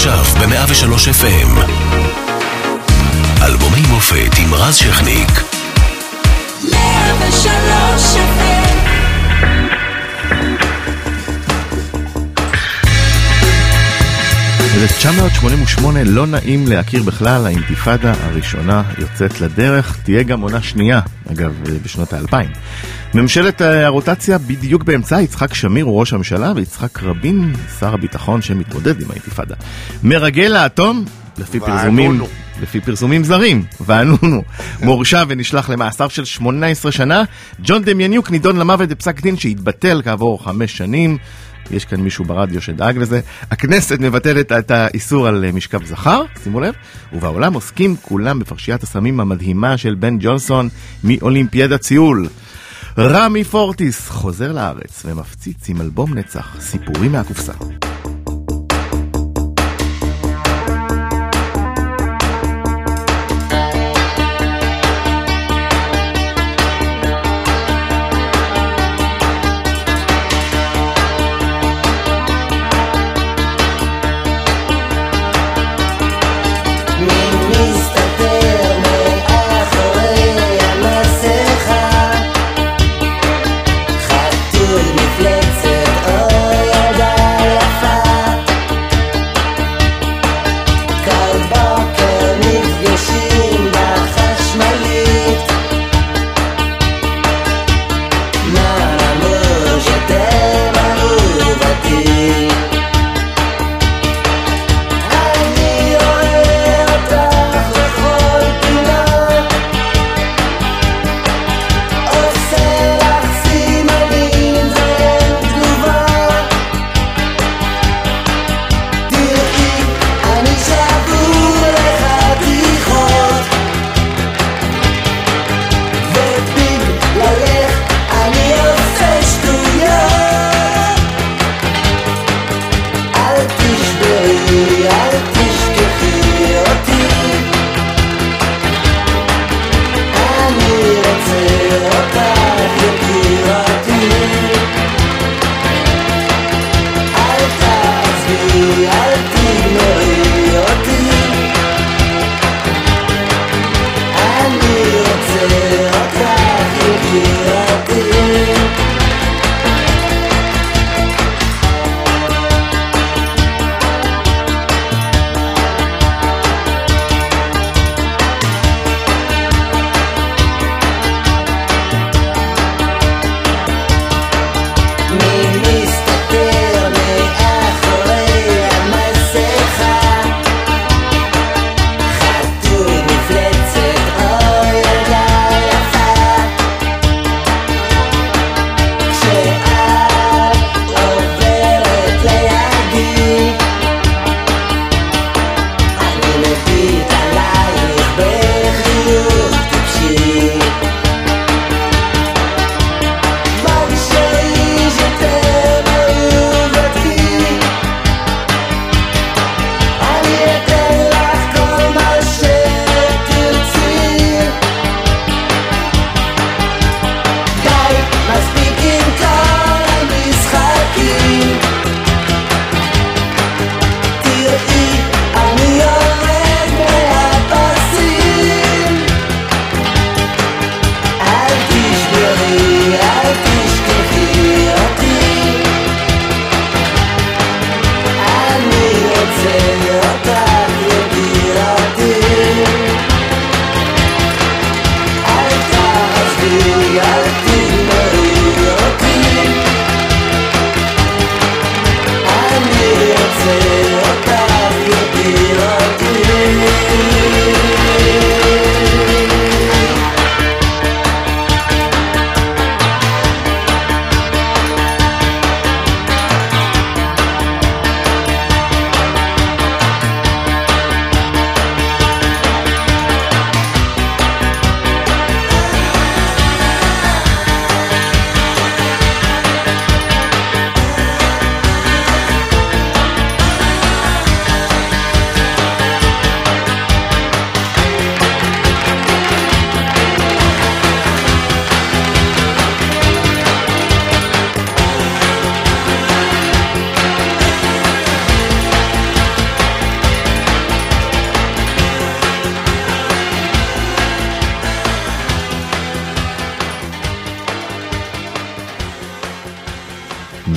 עכשיו ב-103 FM. אלבומי מופת עם רז שכניק. 103 FM. ב-1988 לא נעים להכיר בכלל, האינתיפאדה הראשונה יוצאת לדרך, תהיה גם עונה שנייה, אגב, בשנות ה-2000. ממשלת הרוטציה בדיוק באמצע, יצחק שמיר הוא ראש הממשלה, ויצחק רבין שר הביטחון שמתמודד עם האינתיפאדה. מרגל לאטום, לפי פרסומים זרים, וענונו, מורשע ונשלח למאסר של 18 שנה, ג'ון דמיאניוק נידון למוות בפסק דין שהתבטל כעבור 5 שנים, יש כאן מישהו ברדיו שדאג לזה. הכנסת מבטלת את האיסור על משכב זכר, שימו לב, ובעולם עוסקים כולם בפרשיית הסמים המדהימה של בן ג'ונסון מאולימפיאדת ציול. רמי פורטיס חוזר לארץ ומפציץ עם אלבום נצח, סיפורים מהקופסה.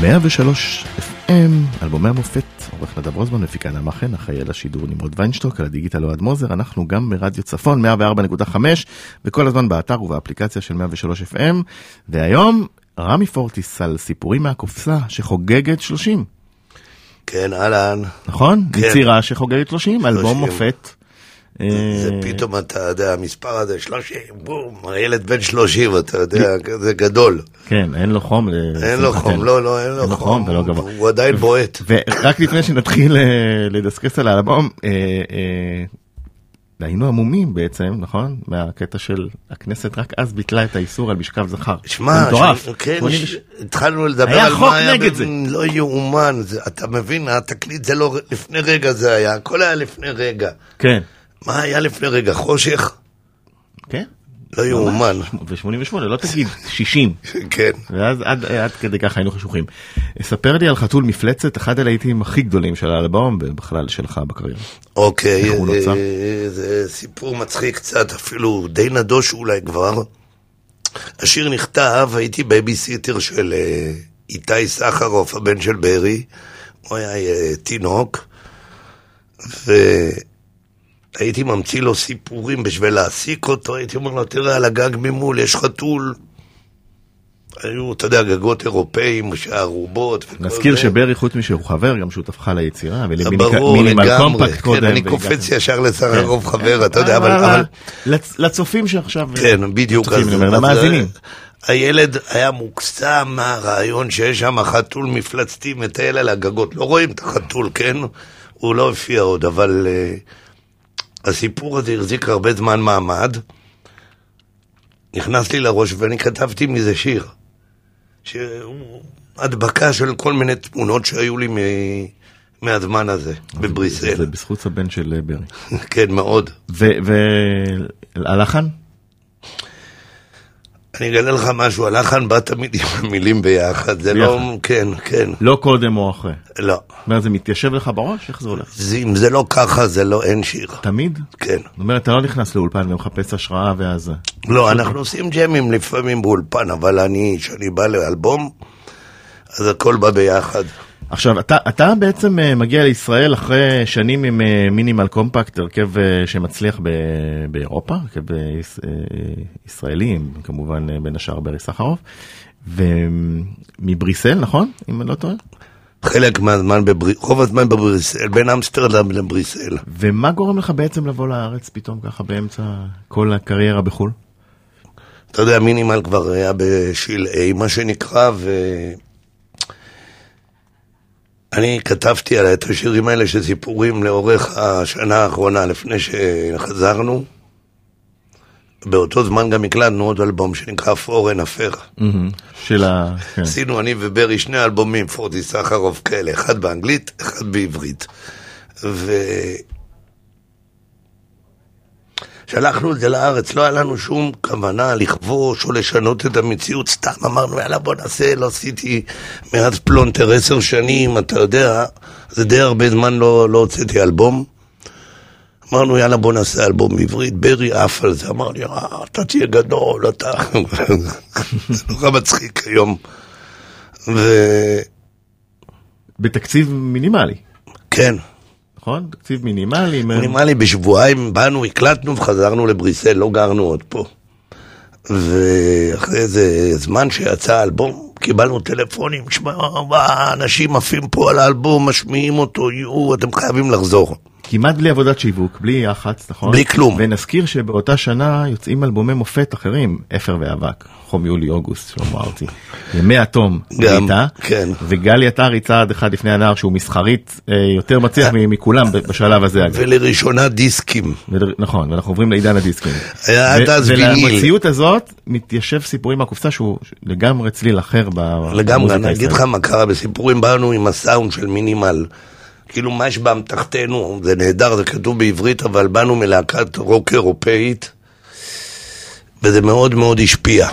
103 FM, אלבומי המופת, עורך נדב רוזמן, מפיקה נעמה חן, אחראי על השידור נמרוד ויינשטוק, על הדיגיטל אוהד מוזר, אנחנו גם ברדיו צפון 104.5, וכל הזמן באתר ובאפליקציה של 103 FM, והיום רמי פורטיס על סיפורים מהקופסה שחוגגת 30. כן, אהלן. נכון? כן. יצירה שחוגגת 30, אלבום מופת. זה פתאום, אתה יודע, המספר הזה, 30, בום, הילד בן 30, אתה יודע, זה גדול. כן, אין לו חום. אין לו חום, לא, אין לו חום, ולא גבוה. הוא עדיין בועט. ורק לפני שנתחיל לדסקס על האלבום, היינו עמומים בעצם, נכון? מהקטע של הכנסת, רק אז ביטלה את האיסור על משכב זכר. שמע, כן, התחלנו לדבר על מה היה, לא יאומן, אתה מבין, התקליט זה לא לפני רגע זה היה, הכל היה לפני רגע. כן. מה היה לפני רגע? חושך? כן. לא יאומן. ו-88, לא תגיד 60. כן. ואז עד כדי כך היינו חשוכים. ספר לי על חתול מפלצת, אחד הלהיטים הכי גדולים של האלבום, ובכלל שלך בקריירה. אוקיי, זה סיפור מצחיק קצת, אפילו די נדוש אולי כבר. השיר נכתב, הייתי בייביסיטר של איתי סחרוף, הבן של ברי, הוא היה תינוק, הייתי ממציא לו סיפורים בשביל להעסיק אותו, הייתי אומר לו, תראה על הגג ממול, יש חתול. היו, אתה יודע, גגות אירופאים, שהערובות וכל זה. נזכיר שברי חוץ משהו חבר, גם שותפך ליצירה, ברור, לגמרי, כן, אני קופץ ישר לסחרוף חבר, אתה יודע, אבל... לצופים שעכשיו... כן, בדיוק. למאזינים. הילד היה מוקסם מהרעיון שיש שם חתול מפלצתי מטייל על הגגות. לא רואים את החתול, כן? הוא לא הופיע עוד, אבל... הסיפור הזה החזיק הרבה זמן מעמד, נכנס לי לראש ואני כתבתי מזה שיר, הדבקה של כל מיני תמונות שהיו לי מהזמן הזה, בבריסל. זה בזכות הבן של ברי. כן, מאוד. והלחן? אני אגלה לך משהו, הלחן בא תמיד עם המילים ביחד, זה לא, כן, כן. לא קודם או אחרי? לא. זאת אומרת, זה מתיישב לך בראש? איך זה הולך? אם זה לא ככה, זה לא, אין שיר. תמיד? כן. זאת אומרת, אתה לא נכנס לאולפן ומחפש השראה ואז... לא, אנחנו עושים ג'מים לפעמים באולפן, אבל כשאני בא לאלבום, אז הכל בא ביחד. עכשיו, אתה בעצם מגיע לישראל אחרי שנים עם מינימל קומפקט, הרכב שמצליח באירופה, הרכב ישראלים, כמובן בין השאר ברי סחרוף, ומבריסל, נכון? אם אני לא טועה? חלק מהזמן, רוב הזמן בבריסל, בין אמסטרדם לבריסל. ומה גורם לך בעצם לבוא לארץ פתאום ככה באמצע כל הקריירה בחול? אתה יודע, מינימל כבר היה בשלעי, מה שנקרא, אני כתבתי עליה את השירים האלה שסיפורים לאורך השנה האחרונה לפני שחזרנו. באותו זמן גם הקלטנו עוד אלבום שנקרא פורן אפר. עשינו אני וברי שני אלבומים, פורטיס סחרוף כאלה, אחד באנגלית, אחד בעברית. שלחנו את זה לארץ, לא היה לנו שום כוונה לכבוש או לשנות את המציאות, סתם אמרנו, יאללה בוא נעשה, לא עשיתי מאז פלונטר 10 שנים, אתה יודע, זה די הרבה זמן לא הוצאתי אלבום. אמרנו, יאללה בוא נעשה אלבום בעברית, ברי אף על זה, אמר לי, אתה תהיה גדול, אתה... זה נורא מצחיק היום. בתקציב מינימלי. כן. נכון? תקציב מינימלי. מינימלי, בשבועיים באנו, הקלטנו וחזרנו לבריסל, לא גרנו עוד פה. ואחרי איזה זמן שיצא האלבום, קיבלנו טלפונים, אנשים עפים פה על האלבום, משמיעים אותו, אתם חייבים לחזור. כמעט בלי עבודת שיווק, בלי יח"צ, נכון? בלי כלום. ונזכיר שבאותה שנה יוצאים אלבומי מופת אחרים, אפר ואבק, חום יולי אוגוסט, שלמה ארצי, ימי אטום, ביתה, כן. וגלי עטרי צעד אחד לפני הנער, שהוא מסחרית יותר מצליח מכולם בשלב הזה. ולראשונה דיסקים. נכון, ואנחנו עוברים לעידן הדיסקים. ולמציאות הזאת מתיישב סיפורים מהקופסה, שהוא לגמרי צליל אחר לגמרי, אני אגיד לך מה קרה, בסיפורים באנו עם הסאונד של מינימל, כאילו מה יש באמתחתנו, זה נהדר, זה כתוב בעברית, אבל באנו מלהקת רוק אירופאית, וזה מאוד מאוד השפיע.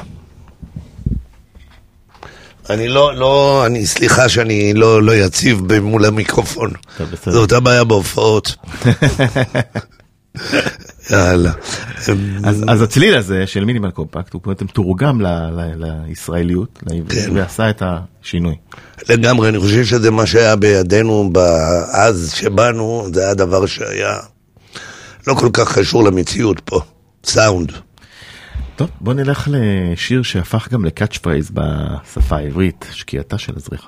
אני סליחה שאני לא יציב מול המיקרופון. זו אותה בעיה בהופעות. יאללה. אז הצליל הזה של מינימל קומפקט, הוא בעצם תורגם לישראליות, ועשה את השינוי. לגמרי, אני חושב שזה מה שהיה בידינו אז שבאנו, זה היה דבר שהיה לא כל כך קשור למציאות פה, סאונד. טוב, בוא נלך לשיר שהפך גם לקאץ' פרייז בשפה העברית, שקיעתה של הזריחה.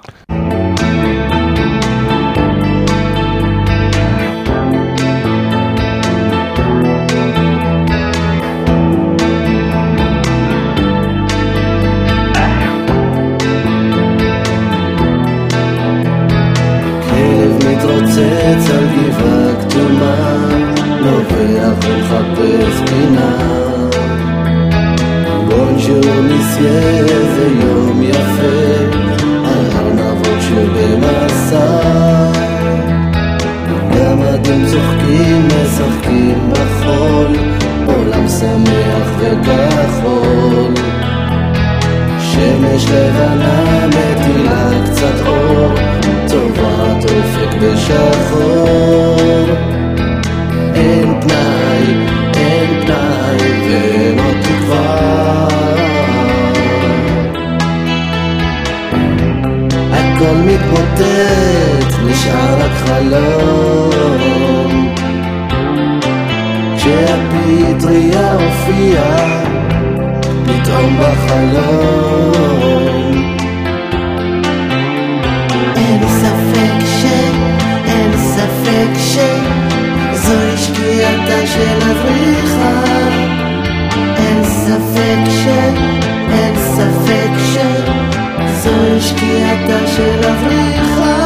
מתרוצץ על גבעה כתומה, נובח ומחפש פינה. בונז'ור מסיה, איזה יום יפה, על ארנבות שבמסע. גמדים צוחקים, משחקים בחול, עולם שמח וכחול. שמש לבנה מטילה קצת אור, טובת אופק בשחור. אין פנאי ולא תקווה, הכל מתמוטט, נשאר רק חלום. כשהפטריה הופיעה פתאום בחלום. אין ספק שזוהי שקיעתה של הזריחה. אין ספק שזוהי שקיעתה של הזריחה.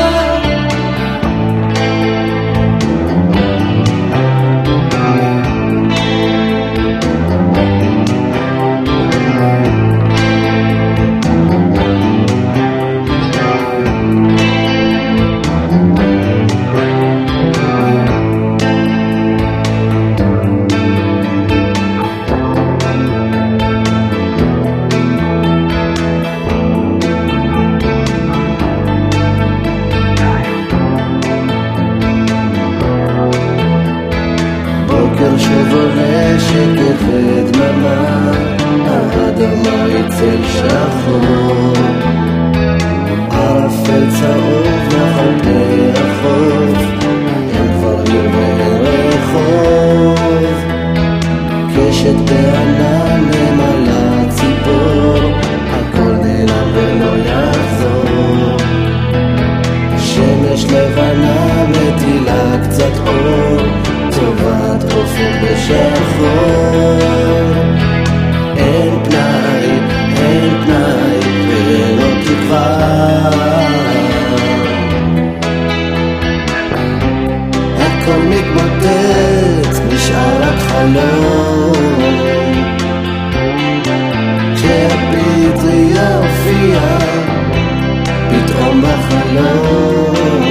שבולה שקט ודממה, האדמה יצל שחור, ערפל צהוב נחל פני החוף, אין כבר עיר ואין רחוב. קשת בענן ממלא ציפור, הכל נעלם ולא יחזור. שמש לבנה מטילה קצת אור, טובת אופק בשחור. אין פנאי ולא תקווה, הכל מתמוטט, נשאר רק חלום. כשהפטריה הופיעה פתאום בחלום.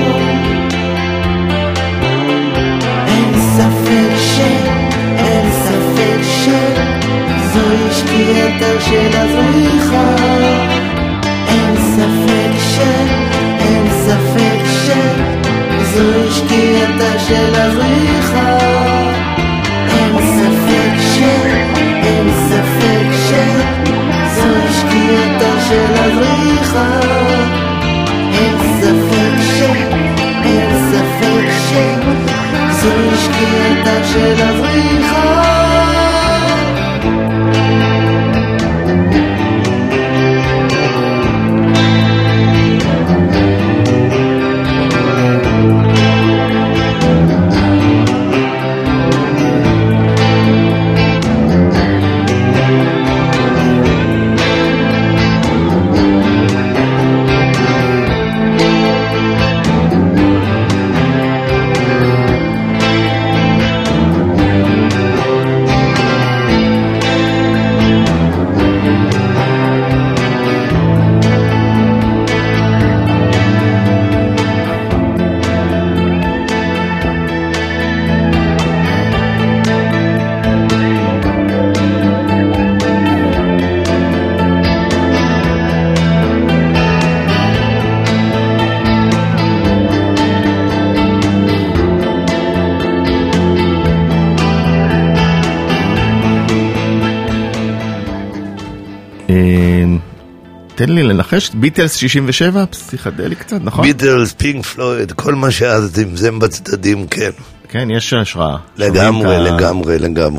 אין ספק שזוהי שקיעתה של הזריחה. אין ספק שזוהי שקיעתה של הזריחה. אין ספק שזוהי שקיעתה של הזריחה. אין ספק זוהי שקיעתה של הזריחה. תן לי לנחש, ביטלס 67, פסיכדלי קצת, נכון? ביטלס, פינק פלויד, כל מה שאז זמזם בצדדים, כן. כן, יש השראה. לגמרי.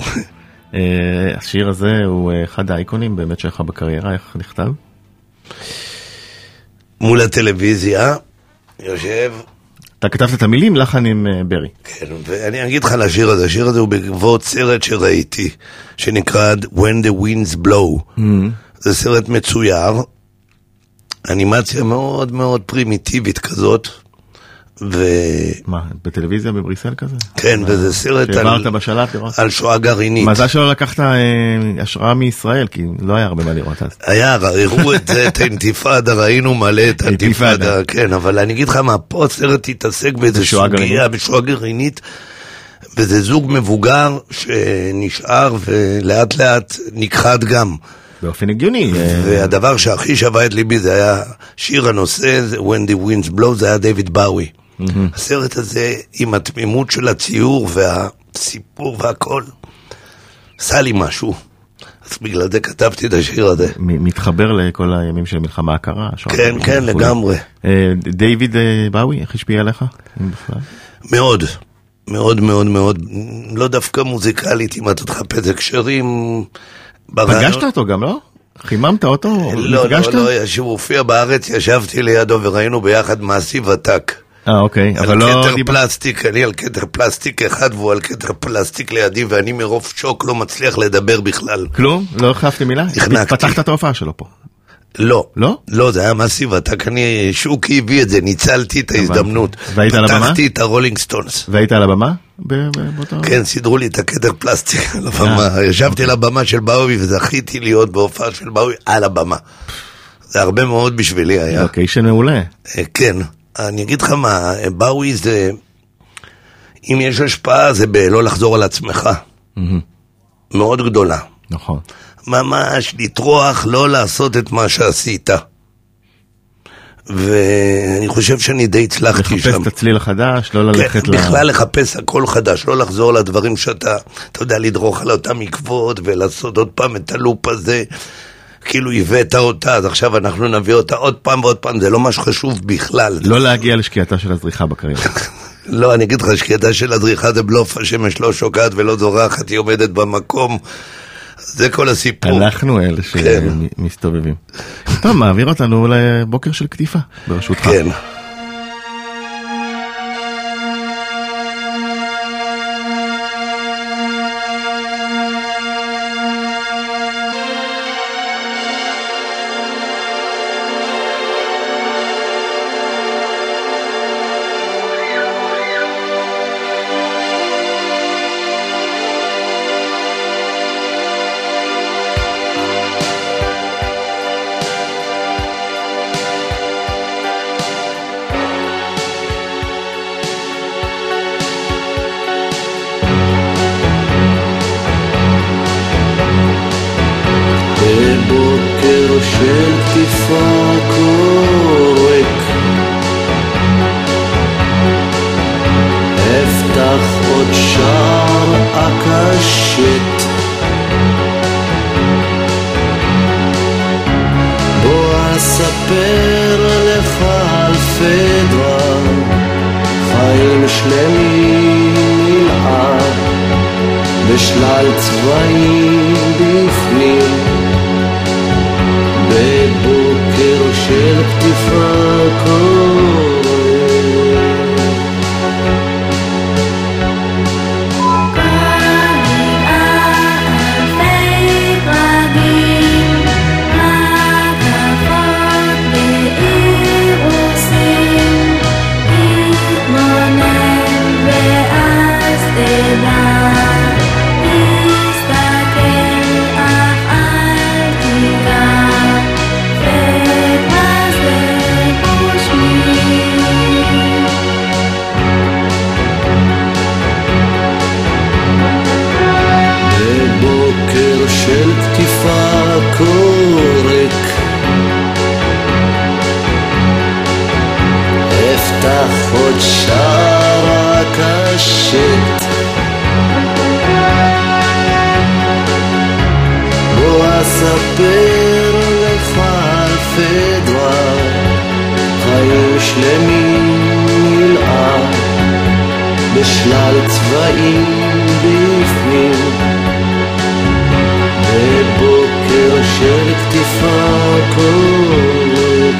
השיר הזה הוא אחד האייקונים באמת שלך בקריירה, איך נכתב? מול הטלוויזיה, יושב... אתה כתבת את המילים, לחן עם ברי. כן, ואני אגיד לך על השיר הזה, השיר הזה הוא בעקבות סרט שראיתי, שנקרא When the Winds Blow. זה סרט מצויר, אנימציה מאוד מאוד פרימיטיבית כזאת, מה, בטלוויזיה בבריסל כזה? כן, וזה סרט על שואה גרעינית. מזל שלא לקחת השראה מישראל, כי לא היה הרבה מה לראות אז. היה, הראו את זה, את האינתיפאדה, ראינו מלא את האינתיפאדה, כן, אבל אני אגיד לך מה, פה הסרט התעסק באיזה סוגיה, בשואה גרעינית, וזה זוג מבוגר שנשאר ולאט לאט נכחד גם. באופן הגיוני. והדבר שהכי שווה את ליבי זה היה שיר הנושא, When the Winds Blow, זה היה דיוויד באוי. הסרט הזה עם התמימות של הציור והסיפור והכל, עשה לי משהו. אז בגלל זה כתבתי את השיר הזה. מתחבר לכל הימים של מלחמה הקרה. כן, לגמרי. דיוויד באוי, איך השפיע עליך? מאוד. מאוד מאוד מאוד, לא דווקא מוזיקלית, אם אתה תחפש הקשרים... פגשת אותו גם, לא? חיממת אותו? לא, שהוא הופיע בארץ, ישבתי לידו וראינו ביחד מעשיב עתק. אוקיי, אבל לא... על כתר פלסטיק, אני על כתר פלסטיק אחד והוא על כתר פלסטיק לידי, ואני מרוב שוק לא מצליח לדבר בכלל. כלום? לא החלפתי מילה? פתחת את ההופעה שלו פה. לא. לא? לא, זה היה מעשיב עתק, שוקי הביא את זה, ניצלתי את ההזדמנות. והיית על הבמה? פתחתי את הרולינג סטונס. והיית על הבמה? כן, סידרו לי את הכתר פלסטיק על הבמה. ישבתי על הבמה של באוי וזכיתי להיות בהופעה של באוי על הבמה. זה הרבה מאוד בשבילי היה. לוקיישן מעולה. כן. אני אגיד לך מה, באוי זה, אם יש השפעה זה בלא לחזור על עצמך. מאוד גדולה. נכון. ממש לטרוח, לא לעשות את מה שעשית. ואני חושב שאני די הצלחתי שם. לחפש את הצליל החדש, לא ללכת בכלל לחפש הכל חדש, לא לחזור לדברים שאתה, אתה יודע, לדרוך על אותם עקבות ולעשות עוד פעם את הלופ הזה. כאילו הבאת אותה, אז עכשיו אנחנו נביא אותה עוד פעם ועוד פעם, זה לא מה שחשוב בכלל. לא להגיע לשקיעתה של הזריחה בקריירה. לא, אני אגיד לך, שקיעתה של הזריחה זה בלוף, השמש לא שוקעת ולא זורחת, היא עומדת במקום. זה כל הסיפור. אנחנו אלה שמסתובבים. טוב, מעביר אותנו לבוקר של כתיפה, ברשותך. כן. בשלל צבעים בפנים, בבוקר של כתיפה קוראת. me שלמים נלאה בשלל צבעים בפנים בבוקר של כתיפה קוראת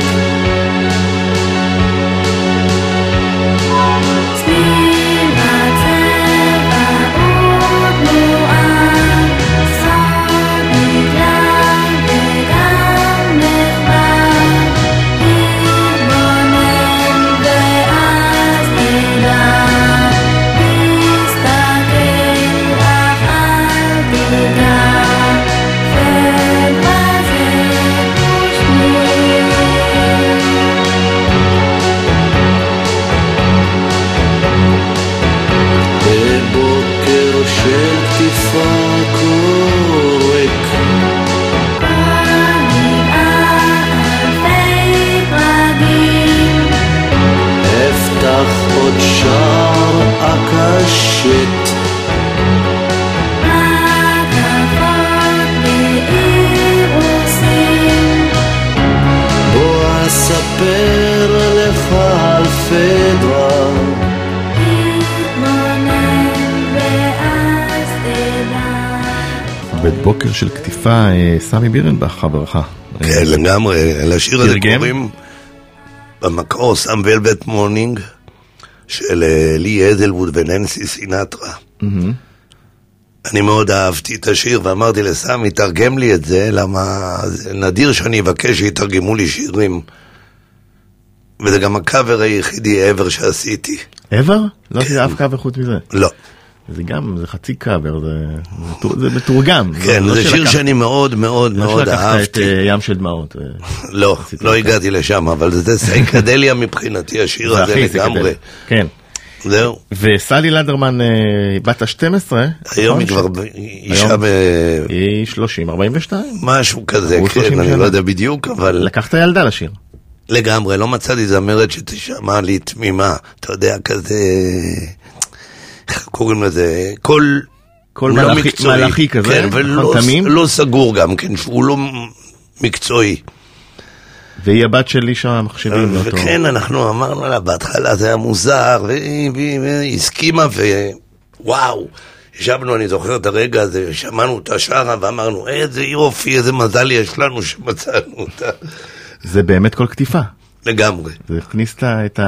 בוקר של כתיפה, סמי בירנבך, חברך. כן, לגמרי, לשיר הזה קוראים במקור סם ולווט מורנינג של לי אדלווד וננסי סינטרה. אני מאוד אהבתי את השיר ואמרתי לסמי, תרגם לי את זה, למה נדיר שאני אבקש שיתרגמו לי שירים. וזה גם הקאבר היחידי ever שעשיתי. ever? לא עשיתי אף קאבר חוץ מזה? לא. זה גם, זה חצי קאבר, זה מתורגם. כן, זה שיר שאני מאוד מאוד מאוד אהבתי. לא שלקחת את ים של דמעות. לא, לא הגעתי לשם, אבל זה סייקדליה מבחינתי, השיר הזה לגמרי. כן. זהו. וסלי לדרמן, בת ה-12. היום היא כבר אישה היא 30, 42. משהו כזה, כן, אני לא יודע בדיוק, אבל... לקחת ילדה לשיר. לגמרי, לא מצאתי זמרת שתשמע לי תמימה, אתה יודע, כזה... איך קוראים לזה? כל מלאכי כזה, כן, ולא סגור גם, כן, שהוא לא מקצועי. והיא הבת שלי שם, מחשבים אותו. וכן, אנחנו אמרנו לה, בהתחלה זה היה מוזר, והיא הסכימה, ווואו, ישבנו, אני זוכר את הרגע הזה, שמענו אותה שרה, ואמרנו, איזה יופי, איזה מזל יש לנו שמצאנו אותה. זה באמת כל כתיפה. לגמרי. זה הכניס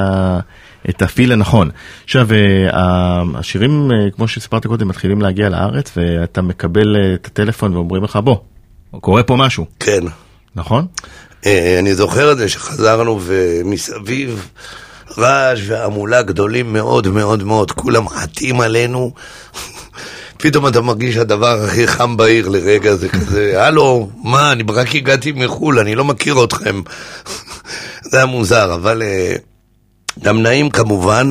את הפיל הנכון. עכשיו, השירים, כמו שסיפרתי קודם, מתחילים להגיע לארץ, ואתה מקבל את הטלפון ואומרים לך, בוא, קורה פה משהו. כן. נכון? אני זוכר את זה שחזרנו ומסביב רעש והמולה גדולים מאוד מאוד מאוד, כולם עטים עלינו. פתאום אתה מרגיש הדבר הכי חם בעיר לרגע, זה כזה, הלו, מה, אני רק הגעתי מחול, אני לא מכיר אתכם. זה היה מוזר, אבל גם נעים כמובן.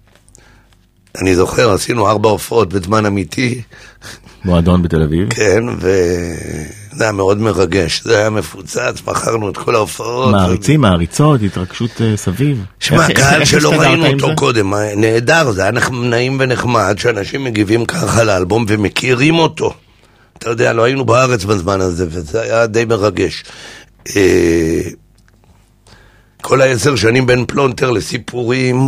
אני זוכר, עשינו 4 הופעות בזמן אמיתי. מועדון בתל אביב. כן, וזה היה מאוד מרגש, זה היה מפוצץ, מכרנו את כל ההופעות. מעריצים, מעריצות, התרגשות סביב. שמע, קהל שלא ראינו אותו קודם, נהדר, זה היה נעים ונחמד, שאנשים מגיבים ככה לאלבום ומכירים אותו. אתה יודע, לא היינו בארץ בזמן הזה, וזה היה די מרגש. כל 10 שנים בין פלונטר לסיפורים...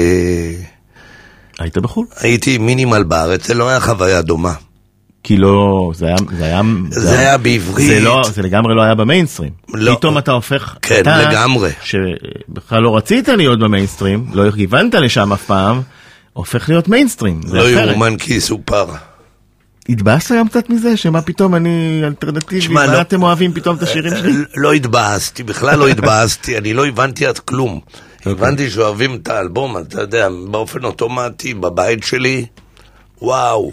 היית בחול? הייתי מינימל בארץ, זה לא היה חוויה דומה. כי לא, זה היה בעברית. זה לגמרי לא היה במיינסטרים. לא. פתאום אתה הופך... כן, לגמרי. שבכלל לא רצית להיות במיינסטרים, לא כיוונת לשם אף פעם, הופך להיות מיינסטרים. לא יאומן כי סופר. התבאסת גם קצת מזה, שמה פתאום אני אלטרנטיבי, מה אתם אוהבים פתאום את השירים שלי? לא התבאסתי, בכלל לא התבאסתי, אני לא הבנתי עד כלום. הבנתי שאוהבים את האלבום, אתה יודע, באופן אוטומטי, בבית שלי, וואו.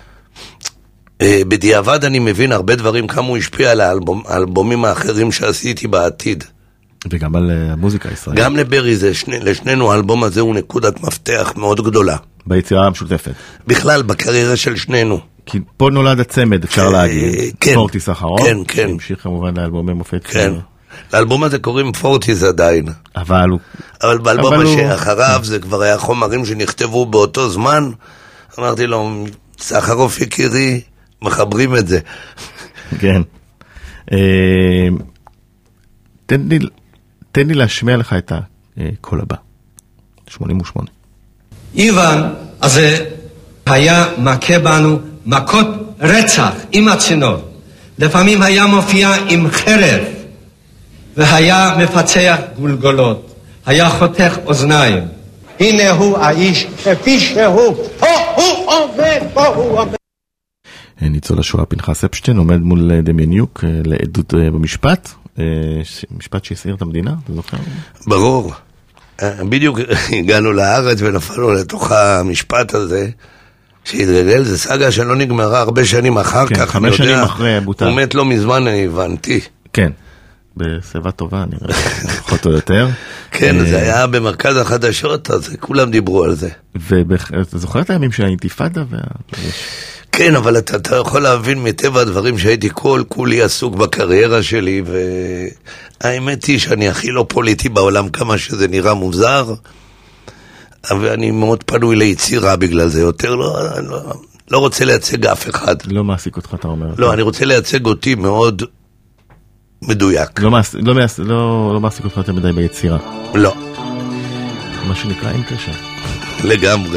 בדיעבד אני מבין הרבה דברים, כמה הוא השפיע על האלבומים האחרים שעשיתי בעתיד. וגם על המוזיקה הישראלית. גם לברי, לשנינו האלבום הזה הוא נקודת מפתח מאוד גדולה. ביצירה המשותפת. בכלל, בקריירה של שנינו. כי פה נולד הצמד, אפשר להגיד. כן. פורטיס אחרון. כן, כן. המשיך כמובן לאלבומי מופת. כן. לאלבום הזה קוראים פורטיס עדיין. אבל באלבום שאחריו זה כבר היה חומרים שנכתבו באותו זמן. אמרתי לו, סחרוף יקירי, מחברים את זה. כן. תן לי להשמיע לך את כל הבא. 88. איוון הזה היה מכה בנו מכות רצח עם הצינור. לפעמים היה מופיע עם חרב, והיה מפצח גולגולות, היה חותך אוזניים. הנה הוא האיש כפי שהוא, פה הוא עומד, פה הוא עומד. ניצול השואה פנחס אפשטיין עומד מול דמיאניוק לעדות במשפט, משפט שהסעיר את המדינה, אתה זוכר? ברור. בדיוק הגענו לארץ ונפלנו לתוך המשפט הזה, שהתגלגל, זה סגה שלא נגמרה הרבה שנים אחר כן, כך. 5 שנים אחרי בוטל. הוא מת לא מזמן, אני הבנתי. כן, בשיבה טובה, נראה, פחות או יותר. כן, זה היה במרכז החדשות, אז כולם דיברו על זה. ואתה זוכר את הימים של האינתיפאדה? כן, אבל אתה יכול להבין מטבע הדברים שהייתי כולי עסוק בקריירה שלי, והאמת היא שאני הכי לא פוליטי בעולם, כמה שזה נראה מוזר, אבל אני מאוד פנוי ליצירה בגלל זה, יותר לא רוצה לייצג אף אחד. לא מעסיק אותך, אתה אומר. לא, אני רוצה לייצג אותי מאוד מדויק. לא מעסיק אותך יותר מדי ביצירה. לא. מה שנקרא עם קשר. לגמרי.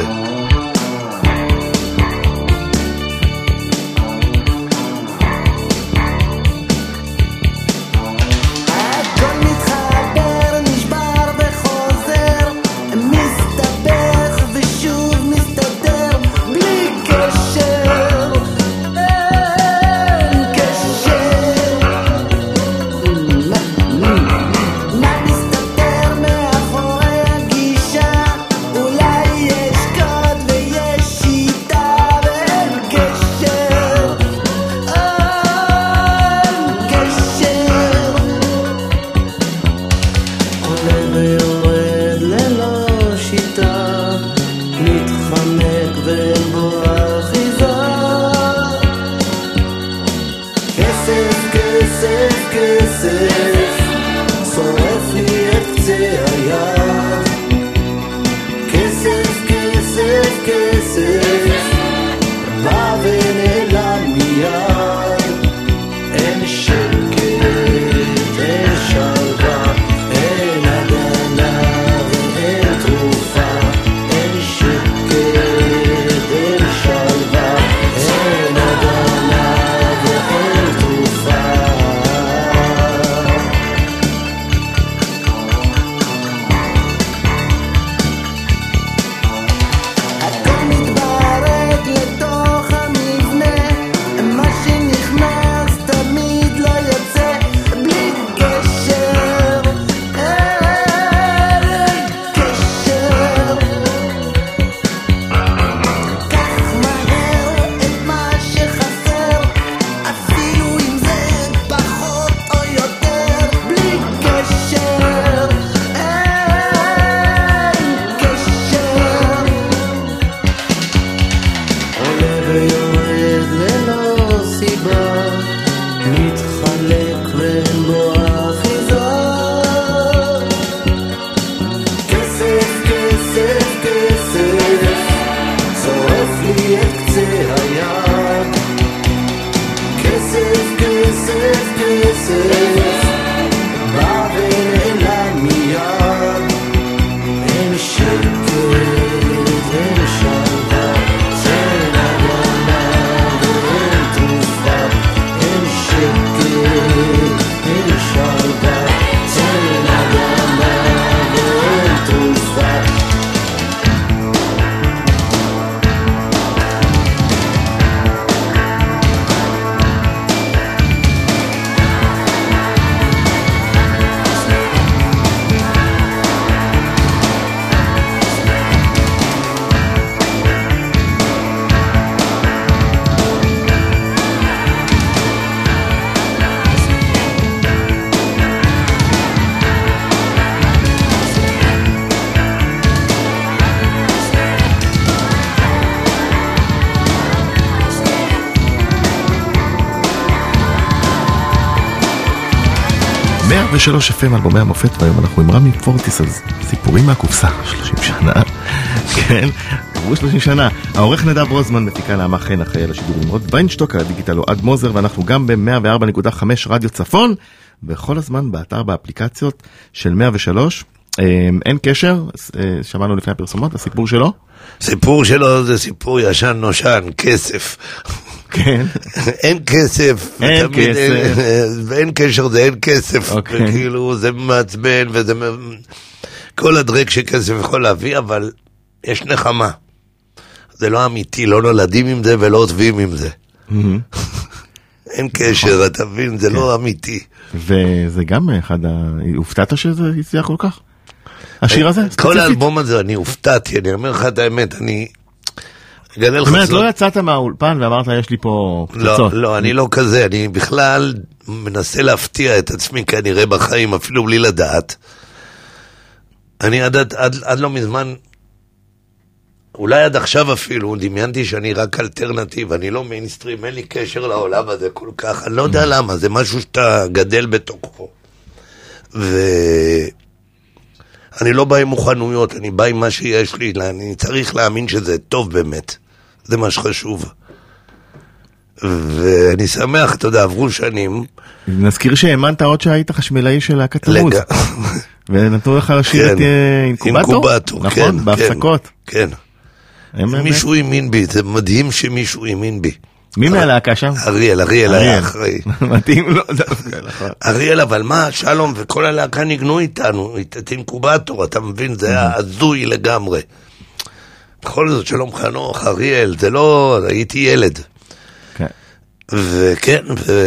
ושלוש FM אלבומי המופת, והיום אנחנו עם רמי פורטיס על סיפורים מהקופסה, 30 שנה, כן, עברו 30 שנה. העורך נדב רוזמן, מפיקה נעמה חן, אחראי על השידורים רות ויינשטוק, על הדיגיטל אוהד מוזר, ואנחנו גם ב-104.5 רדיו צפון, וכל הזמן באתר באפליקציות של 103, אין קשר, שמענו לפני הפרסומות, הסיפור שלו? סיפור שלו זה סיפור ישן נושן, כסף. כן. אין כסף. אין כסף. ואין קשר זה אין כסף. וכאילו זה מעצבן וזה... כל הדרק שכסף יכול להביא, אבל יש נחמה. זה לא אמיתי, לא נולדים עם זה ולא עוזבים עם זה. אין קשר, אתה מבין, זה לא אמיתי. וזה גם אחד, הופתעת שזה יצליח כל כך? השיר הזה? כל האלבום הזה, אני הופתעתי, אני אומר לך את האמת, אני... זאת אומרת, לא יצאת מהאולפן ואמרת, יש לי פה פצצות. לא, אני לא כזה, אני בכלל מנסה להפתיע את עצמי כנראה בחיים, אפילו בלי לדעת. אני עד לא מזמן, אולי עד עכשיו אפילו, דמיינתי שאני רק אלטרנטיב, אני לא מיינסטרים, אין לי קשר לעולם הזה כל כך, אני לא יודע למה, זה משהו שאתה גדל בתוכו. אני לא בא עם מוכנויות, אני בא עם מה שיש לי, אני צריך להאמין שזה טוב באמת, זה מה שחשוב. ואני שמח, אתה יודע, עברו שנים. נזכיר שהאמנת עוד שהיית חשמלאי של הקטמוז. ונתנו לך לשיר את אינקובטור, נכון? בהפסקות. כן. מישהו האמין בי, זה מדהים שמישהו האמין בי. מי מהלהקה שם? אריאל היה אחראי. מתאים לו. אריאל, אבל מה, שלום וכל הלהקה ניגנו איתנו, את אינקובטור, אתה מבין, זה היה הזוי לגמרי. בכל זאת, שלום חנוך, אריאל, זה לא, הייתי ילד. וכן,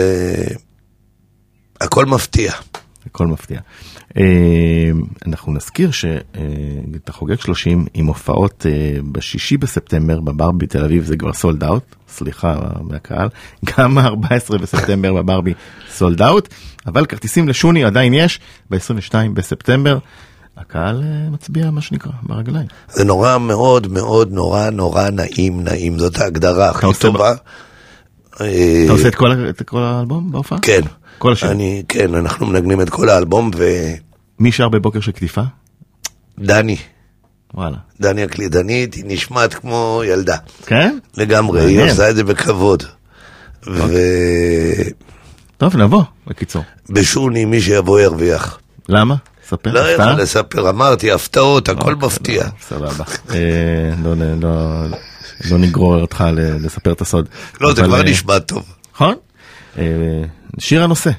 הכל מפתיע. הכל מפתיע. אנחנו נזכיר שאתה חוגג 30 עם הופעות בשישי בספטמבר בברבי תל אביב, זה כבר סולד אאוט, סליחה מהקהל, גם ה-14 בספטמבר בברבי סולד אאוט, אבל כרטיסים לשוני עדיין יש, ב-22 בספטמבר, הקהל מצביע מה שנקרא, ברגליים. זה נורא מאוד מאוד נורא נעים, זאת ההגדרה הכי טובה. אתה עושה את כל האלבום בהופעה? כן. כל השם? כן, אנחנו מנגנים את כל האלבום מי שר בבוקר של קטיפה? דני. וואלה. דני הקלידנית, היא נשמעת כמו ילדה. כן? לגמרי, היא עושה את זה בכבוד. טוב, נבוא, בקיצור. בשוני, מי שיבוא ירוויח. למה? ספר. לא יכול לספר, אמרתי, הפתעות, הכל מפתיע. סבבה. לא נגרור אותך לספר את הסוד. לא, זה כבר נשמע טוב. נכון? שיר הנושא.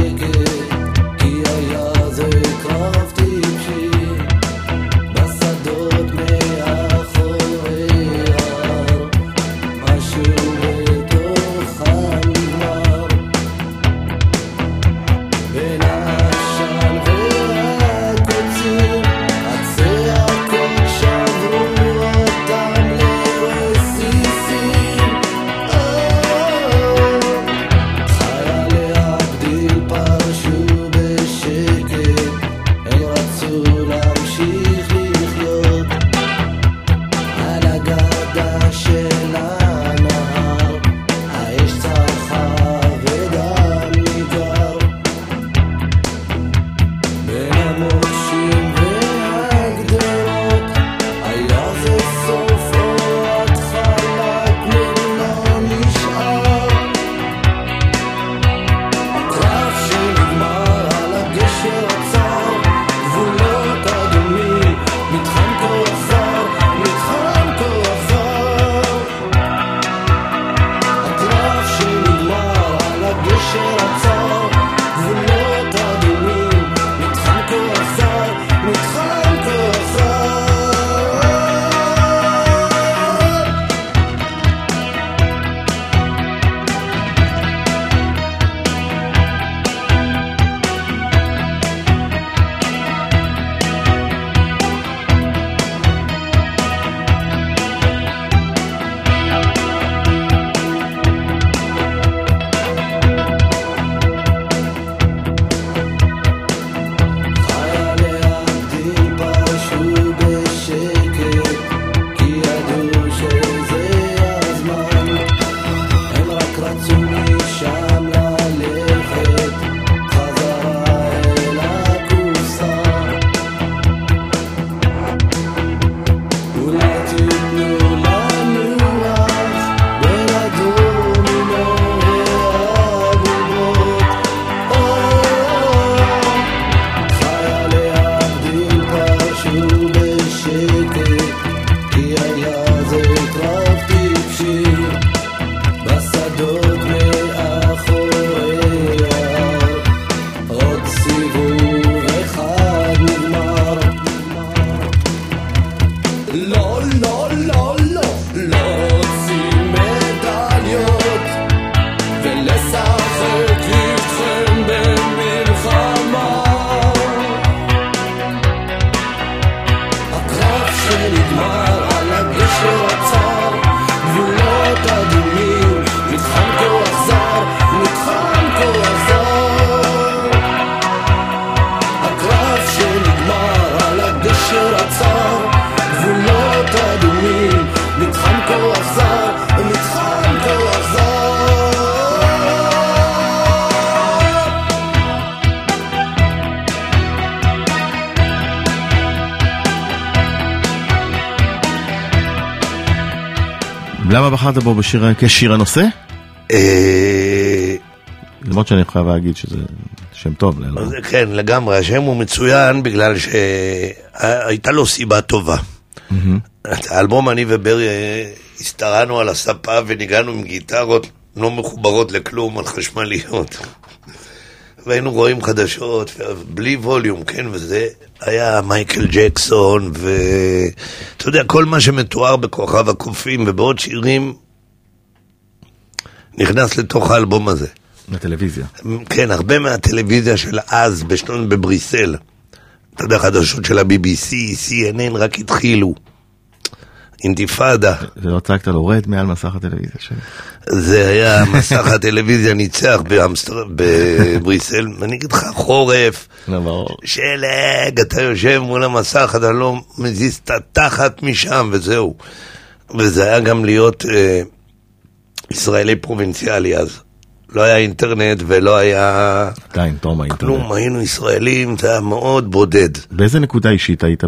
בשדות למה בחרת בו כשיר הנושא? למרות שאני חייב להגיד שזה שם טוב. כן, לגמרי. השם הוא מצוין בגלל שהייתה לו סיבה טובה. את האלבום אני וברי הסתרנו על הספה וניגענו עם גיטרות לא מחוברות לכלום, על חשמליות. והיינו רואים חדשות, בלי ווליום, כן, וזה היה מייקל ג'קסון, ואתה יודע, כל מה שמתואר בכוכב הקופים ובעוד שירים נכנס לתוך האלבום הזה. מהטלוויזיה. כן, הרבה מהטלוויזיה של אז, בבריסל. אתה יודע, חדשות של ה-BBC, CNN, רק התחילו. אינתיפאדה. זה לא צעקת לו, רד מעל מסך הטלוויזיה שלי. זה היה מסך הטלוויזיה ניצח בבריסל, ואני אגיד לך, חורף, שלג, אתה יושב מול המסך, אתה לא מזיז את התחת משם, וזהו. וזה היה גם להיות ישראלי פרובינציאלי אז. לא היה אינטרנט ולא היה... עדיין, תום האינטרנט. כלום, היינו ישראלים, זה היה מאוד בודד. באיזה נקודה אישית היית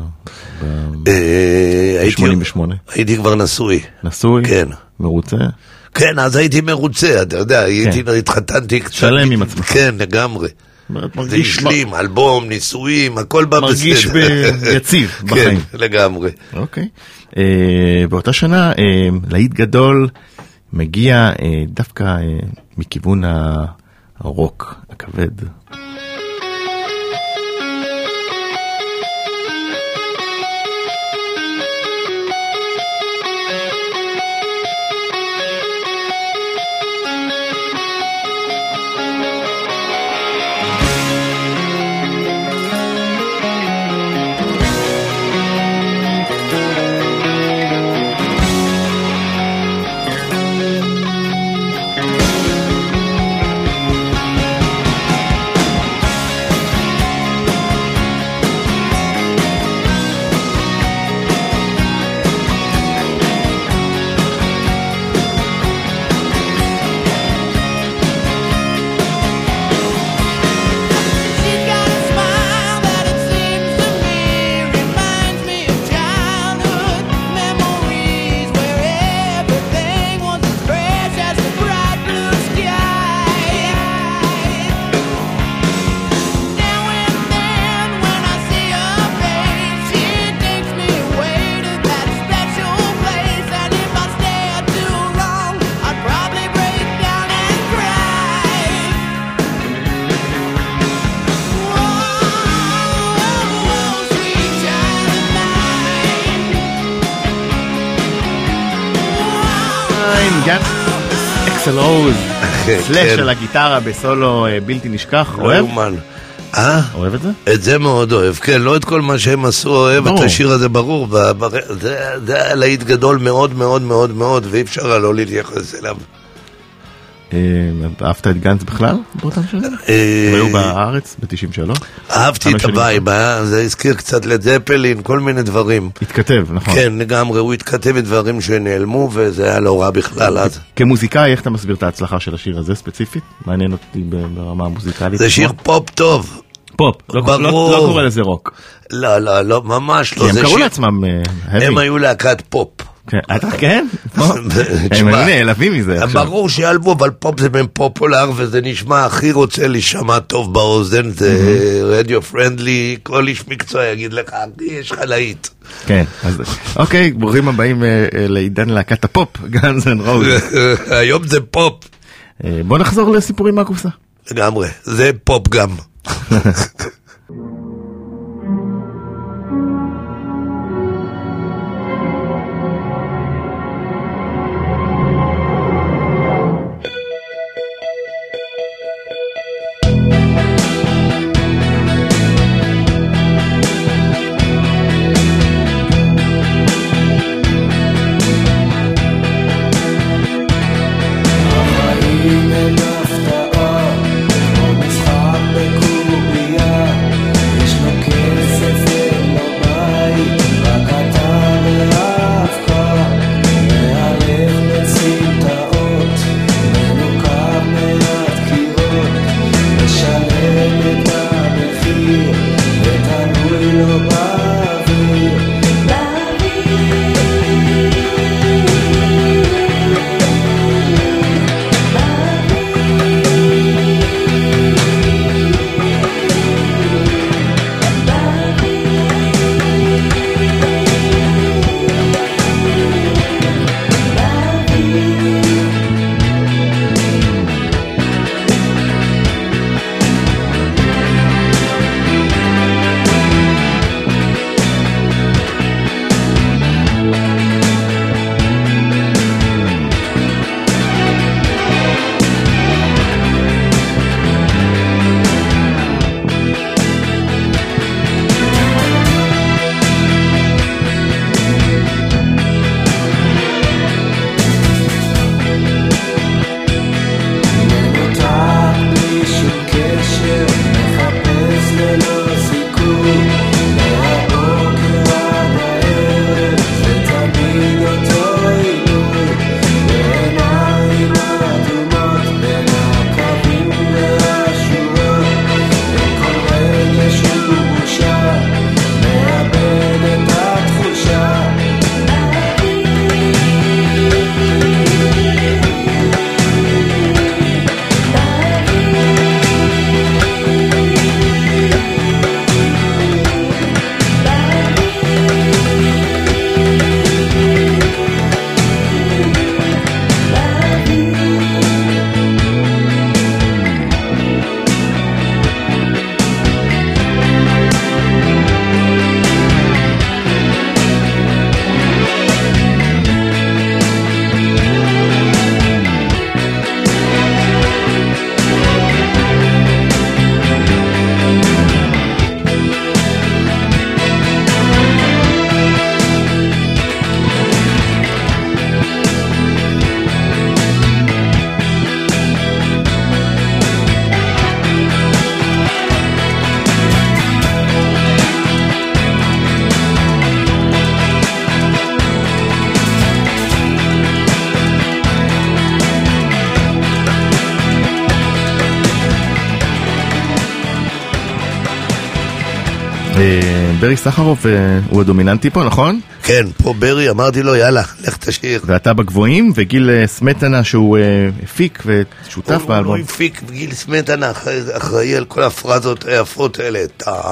ב-88? הייתי כבר נשוי. נשוי? כן. מרוצה? כן, אז הייתי מרוצה, אתה יודע, התחתנתי קצת. שלם עם עצמך. כן, לגמרי. זה השלים, אלבום, נישואים, הכל בא בסדר. מרגיש ביציב בחיים. כן, לגמרי. אוקיי. באותה שנה, להיט גדול מגיע דווקא מכיוון הרוק הכבד. אקסל-אוז, סלש של הגיטרה בסולו בלתי נשכח, אוהב? אוהב את זה? את זה מאוד אוהב, כן, לא את כל מה שהם עשו אוהב, את השיר הזה ברור, זה היה להיט גדול מאוד מאוד מאוד מאוד, ואי אפשר לא להתייחס אליו. אהבת את גנץ בכלל באותם שנים? היו בארץ ב-93? אהבתי את הבייב, זה הזכיר קצת לדפלין, כל מיני דברים. התכתב, נכון. כן, לגמרי, הוא התכתב את דברים שנעלמו, וזה היה לא רע בכלל אז. כמוזיקאי, איך אתה מסביר את ההצלחה של השיר הזה ספציפית? מעניין אותי ברמה המוזיקלית. זה שיר פופ טוב. פופ, לא קורא לזה רוק. לא, ממש לא. כי הם קראו לעצמם הם היו להקת פופ. כן? הם היו נעלבים מזה. ברור שיעלבו, אבל פופ זה בין פופולר, וזה נשמע הכי רוצה להישמע טוב באוזן, זה רדיו פרנדלי, כל איש מקצוע יגיד לך, יש לך להיט. כן, אז אוקיי, ברוכים הבאים לעידן להקת הפופ, גאנז אנד רוזס. היום זה פופ. בוא נחזור לסיפורים מהקופסה. לגמרי, זה פופ גם. החיים הם הפתעה, כמו משחק בקובייה ברי סחרוף הוא הדומיננטי פה, נכון? כן, פה ברי, אמרתי לו, יאללה, לך תשאיר. ואתה בגבוהים, וגיל סמטנה שהוא הפיק ושותף באלבום. הוא הפיק, וגיל סמטנה אחראי על כל הפרזות היפות האלה.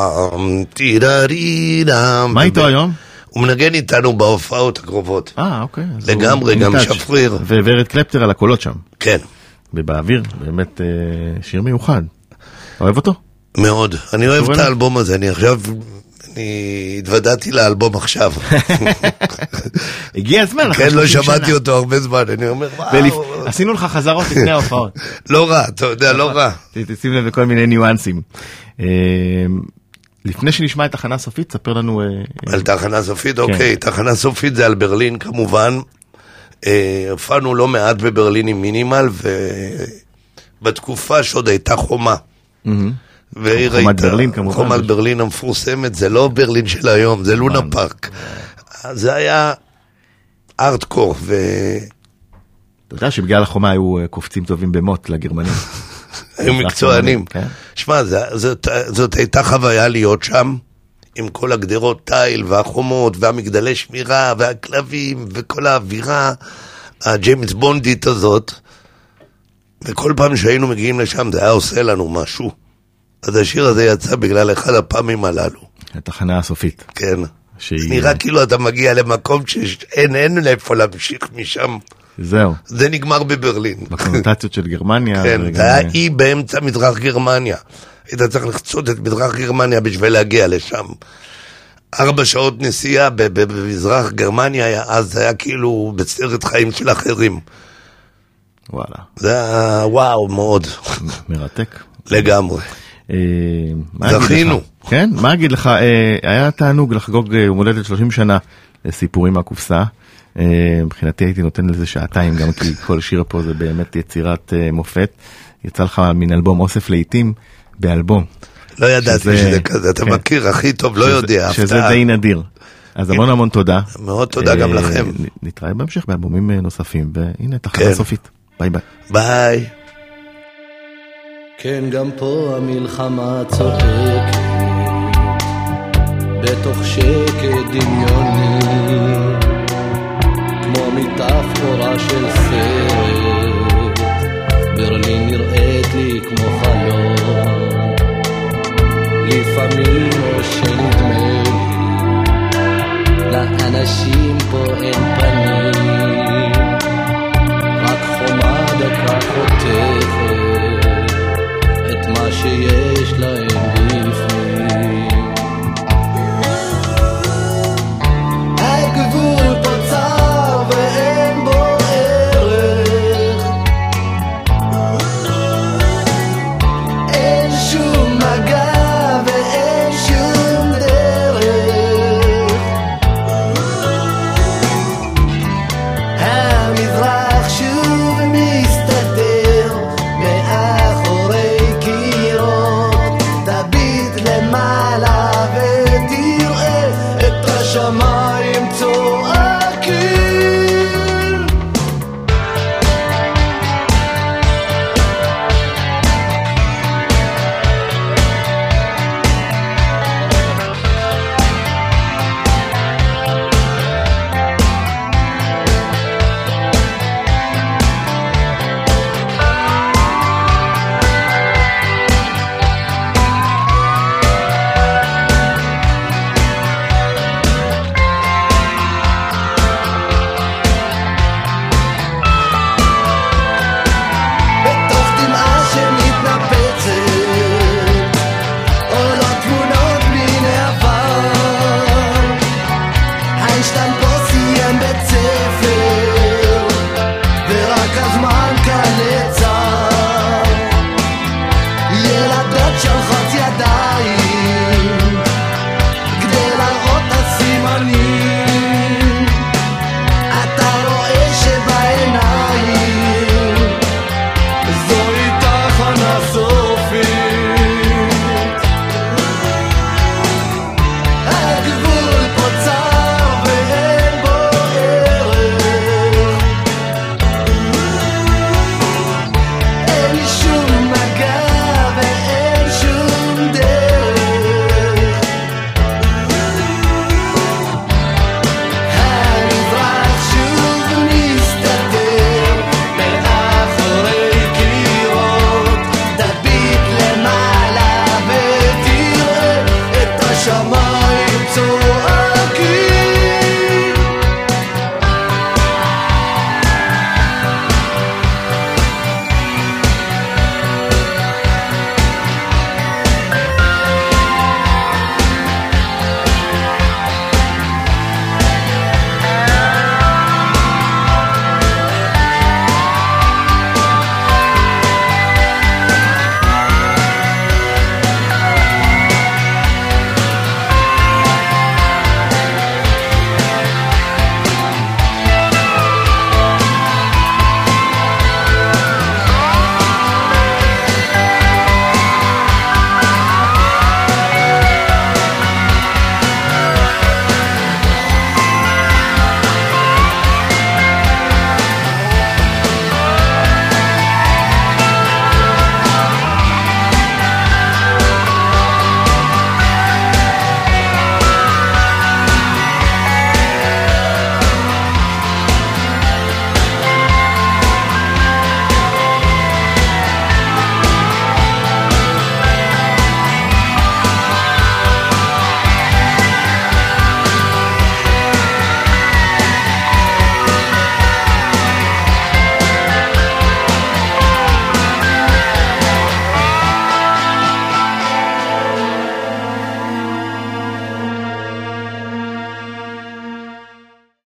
מה איתו היום? הוא מנגן איתנו בהופעות הקרובות. אוקיי. לגמרי, גם שפריר. וורד קלפטר על הקולות שם. כן. ובאוויר, באמת שיר מיוחד. אוהב אותו? מאוד. אני אוהב את האלבום הזה. אני התוודעתי לאלבום עכשיו. הגיע הזמן. כן, לא שמעתי אותו הרבה זמן. אני אומר, וואו. עשינו לך חזרות לפני ההופעות. לא רע, אתה יודע, לא רע. תשים לב בכל מיני ניואנסים. לפני שנשמע את תחנה סופית, ספר לנו... על תחנה סופית, אוקיי. תחנה סופית זה על ברלין כמובן. הופענו לא מעט בברלין עם מינימל, ובתקופה שעוד הייתה חומה. חומת ברלין כמובן. חומת ברלין המפורסמת, זה לא ברלין של היום, זה לונה פארק. זה היה ארטקור. אתה יודע שבגלל החומה היו קופצים טובים במות לגרמנים. היו מקצוענים. שמע, זאת הייתה חוויה להיות שם, עם כל הגדרות טייל והחומות והמגדלי שמירה והכלבים וכל האווירה הג'יימס בונדית הזאת. וכל פעם שהיינו מגיעים לשם זה היה עושה לנו משהו. אז השיר הזה יצא בגלל אחד הפעמים הללו. התחנה הסופית. כן. נראה כאילו אתה מגיע למקום שאין לאיפה להמשיך משם. זהו. זה נגמר בברלין. בקונוטציות של גרמניה. כן, זה היה אי באמצע מזרח גרמניה. היית צריך לחצות את מזרח גרמניה בשביל להגיע לשם. 4 שעות נסיעה במזרח גרמניה, אז זה היה כאילו בסרט חיים של אחרים. וואלה. זה היה וואו מאוד. מרתק. לגמרי. זכינו. כן? מה אגיד לך? היה תענוג לחגוג מולדת 30 שנה סיפורים מהקופסה. מבחינתי הייתי נותן לזה שעתיים, גם כי כל שיר פה זה באמת יצירת מופת. יצא לך מן אלבום אוסף לעיתים באלבום. לא ידעתי שזה כזה, אתה מכיר הכי טוב, לא יודע. שזה די נדיר. אז המון תודה. מאוד תודה גם לכם. נתראה בהמשך באלבומים נוספים, והנה תחנה סופית. ביי ביי. ביי. כן, גם פה המלחמה צועקת בתוך שקט דמיוני, כמו מטאפורה של סרט. ברלין נראית לי כמו חלום, לפעמים או שנדמה לי לאנשים פה אין פנים, רק חומה דקה חותכת את מה שיש